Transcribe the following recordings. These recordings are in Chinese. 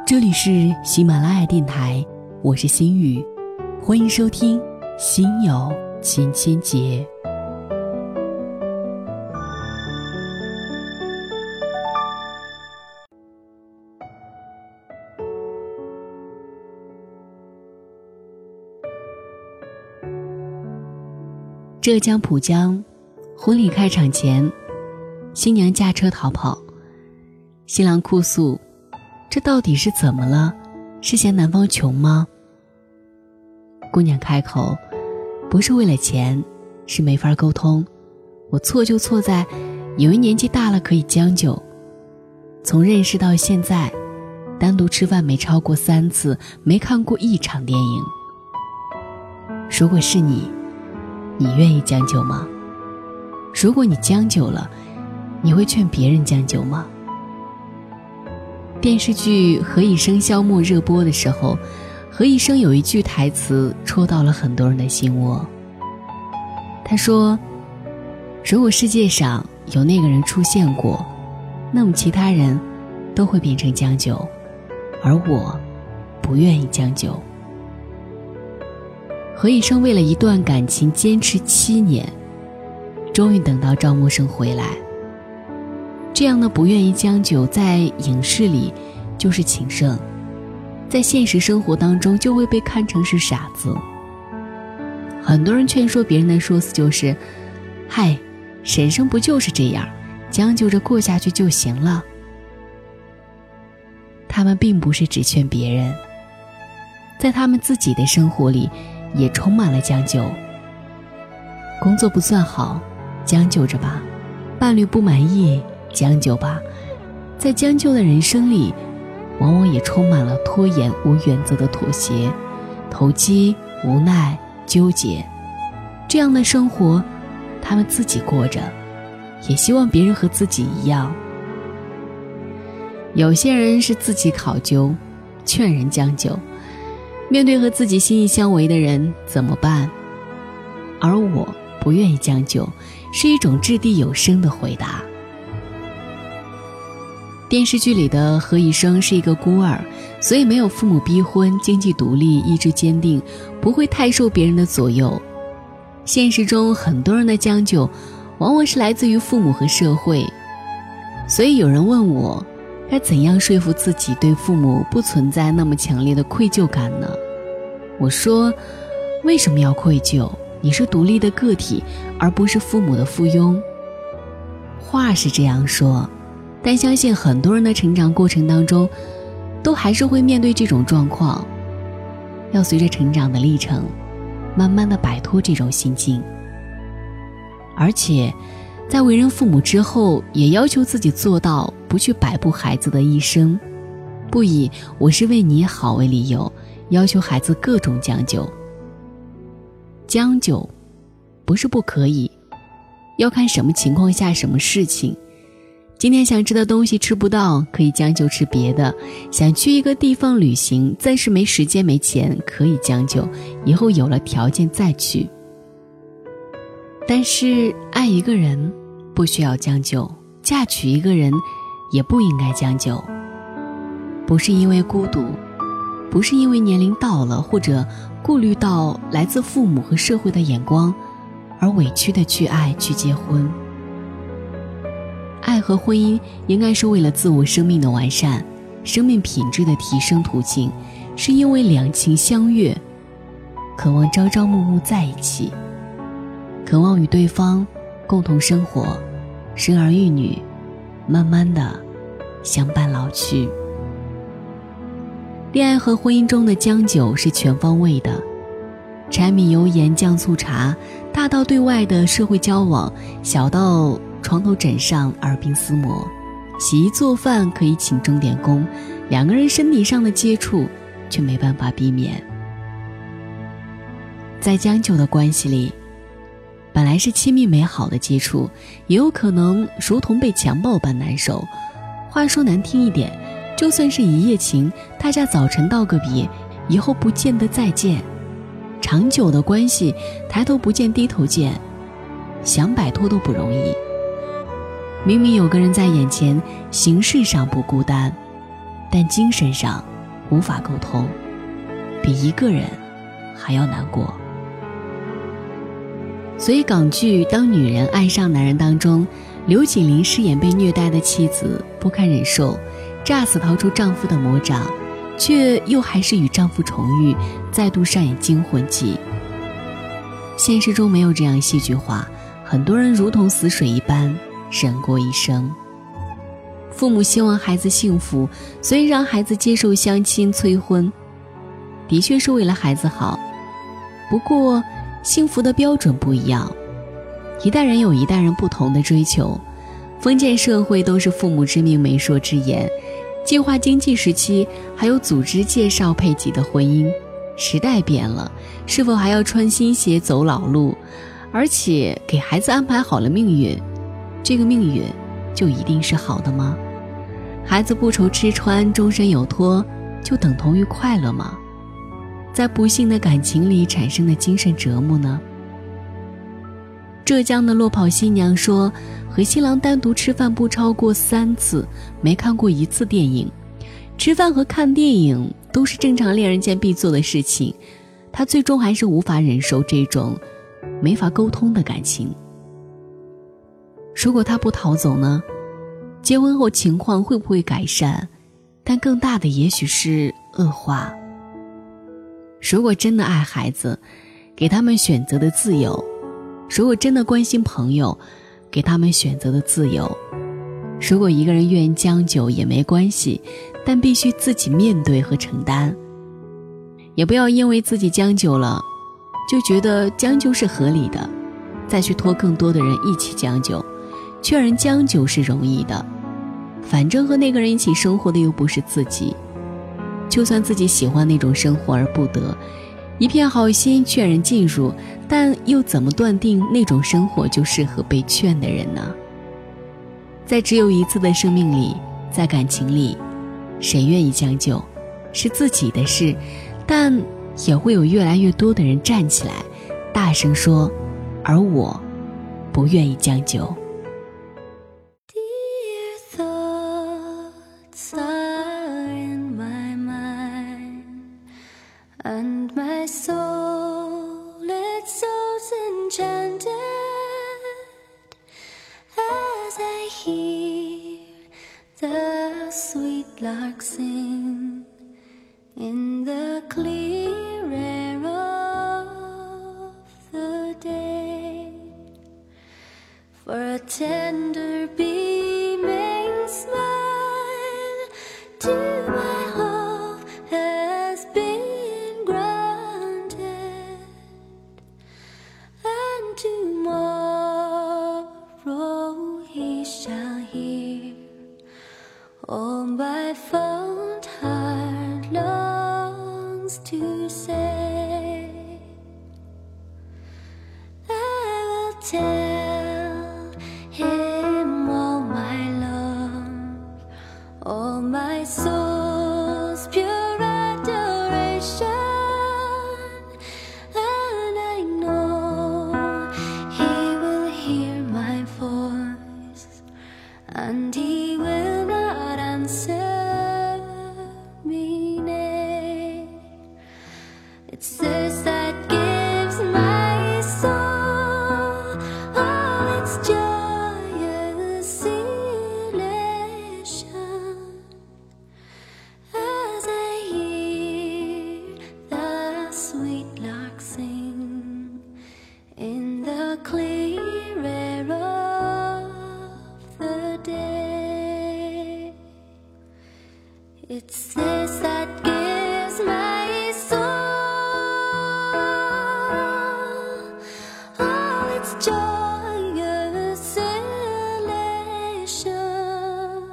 这里是喜马拉雅电台，我是心雨，欢迎收听心有千千结。浙江浦江，婚礼开场前，新娘驾车逃跑，新郎哭诉，这到底是怎么了？是嫌男方穷吗？姑娘开口，不是为了钱，是没法沟通。我错就错在以为年纪大了可以将就，从认识到现在，单独吃饭没超过3次，没看过1场电影。如果是你愿意将就吗？如果你将就了，你会劝别人将就吗？电视剧《何以笙箫默》热播的时候，何以笙有一句台词戳到了很多人的心窝。他说，如果世界上有那个人出现过，那么其他人都会变成将就，而我不愿意将就。何以笙为了一段感情坚持7年，终于等到赵默笙回来。这样的不愿意将就，在影视里就是情圣，在现实生活当中就会被看成是傻子。很多人劝说别人的说辞就是嗨，人生不就是这样，将就着过下去就行了。他们并不是只劝别人，在他们自己的生活里也充满了将就。工作不算好，将就着吧；伴侣不满意，将就吧。在将就的人生里，往往也充满了拖延、无原则的妥协、投机、无奈、纠结。这样的生活，他们自己过着，也希望别人和自己一样。有些人是自己考究，劝人将就。面对和自己心意相违的人怎么办？而我不愿意将就，是一种掷地有声的回答。电视剧里的何以笙是一个孤儿，所以没有父母逼婚，经济独立，意志坚定，不会太受别人的左右。现实中很多人的将就往往是来自于父母和社会，所以有人问我该怎样说服自己对父母不存在那么强烈的愧疚感呢？我说，为什么要愧疚？你是独立的个体，而不是父母的附庸。话是这样说，但相信很多人的成长过程当中都还是会面对这种状况，要随着成长的历程慢慢地摆脱这种心境。而且在为人父母之后，也要求自己做到不去摆布孩子的一生，不以我是为你好为理由要求孩子各种将就。将就不是不可以，要看什么情况下什么事情。今天想吃的东西吃不到，可以将就吃别的；想去一个地方旅行，暂时没时间没钱，可以将就，以后有了条件再去。但是爱一个人不需要将就，嫁娶一个人也不应该将就。不是因为孤独，不是因为年龄到了，或者顾虑到来自父母和社会的眼光，而委屈的去爱去结婚。爱和婚姻应该是为了自我生命的完善，生命品质的提升途径，是因为两情相悦，渴望朝朝暮暮在一起，渴望与对方共同生活，生儿育女，慢慢的相伴老去。恋爱和婚姻中的将就是全方位的，柴米油盐酱醋茶，大到对外的社会交往，小到床头枕上耳鬓厮磨。洗衣做饭可以请钟点工，两个人身体上的接触却没办法避免。在将就的关系里，本来是亲密美好的接触，也有可能如同被强暴般难受。话说难听一点，就算是一夜情，大家早晨道个别，以后不见得再见。长久的关系，抬头不见低头见，想摆脱都不容易。明明有个人在眼前，形式上不孤单，但精神上无法沟通，比一个人还要难过。所以港剧《当女人爱上男人》当中，刘锦麟饰演被虐待的妻子，不堪忍受，炸死逃出丈夫的魔掌，却又还是与丈夫重遇，再度上演惊魂记。现实中没有这样戏剧化，很多人如同死水一般忍过一生。父母希望孩子幸福，所以让孩子接受相亲催婚，的确是为了孩子好。不过幸福的标准不一样，一代人有一代人不同的追求。封建社会都是父母之命媒妁之言，计划经济时期还有组织介绍配给的婚姻。时代变了，是否还要穿新鞋走老路？而且给孩子安排好了命运，这个命运就一定是好的吗？孩子不愁吃穿，终身有托，就等同于快乐吗？在不幸的感情里产生的精神折磨呢？浙江的落跑新娘说，和新郎单独吃饭不超过3次，没看过1次电影。吃饭和看电影都是正常恋人间必做的事情，她最终还是无法忍受这种没法沟通的感情。如果他不逃走呢？结婚后情况会不会改善？但更大的也许是恶化。如果真的爱孩子，给他们选择的自由；如果真的关心朋友，给他们选择的自由。如果一个人愿意将就也没关系，但必须自己面对和承担。也不要因为自己将就了，就觉得将就是合理的，再去拖更多的人一起将就。劝人将就是容易的，反正和那个人一起生活的又不是自己。就算自己喜欢那种生活而不得，一片好心劝人进入，但又怎么断定那种生活就适合被劝的人呢？在只有一次的生命里，在感情里，谁愿意将就是自己的事，但也会有越来越多的人站起来大声说，而我不愿意将就。 And my soul, it's so enchanted as I hear the sweet lark sing in the clear air of the day. For a tender beaming smile to my hope has been tomorrow he shall hear all my fond heart longs to say. I will tell him all my love, all my soul's pure adoration. And he will not answer me nay. It's this that gives my soul all its joyous elation as I hear the sweet lark sing in the clear air of the day. It's this that gives my soul all its joyous elation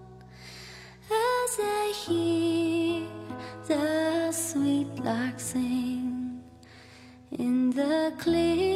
as I hear the sweet lark sing in the clear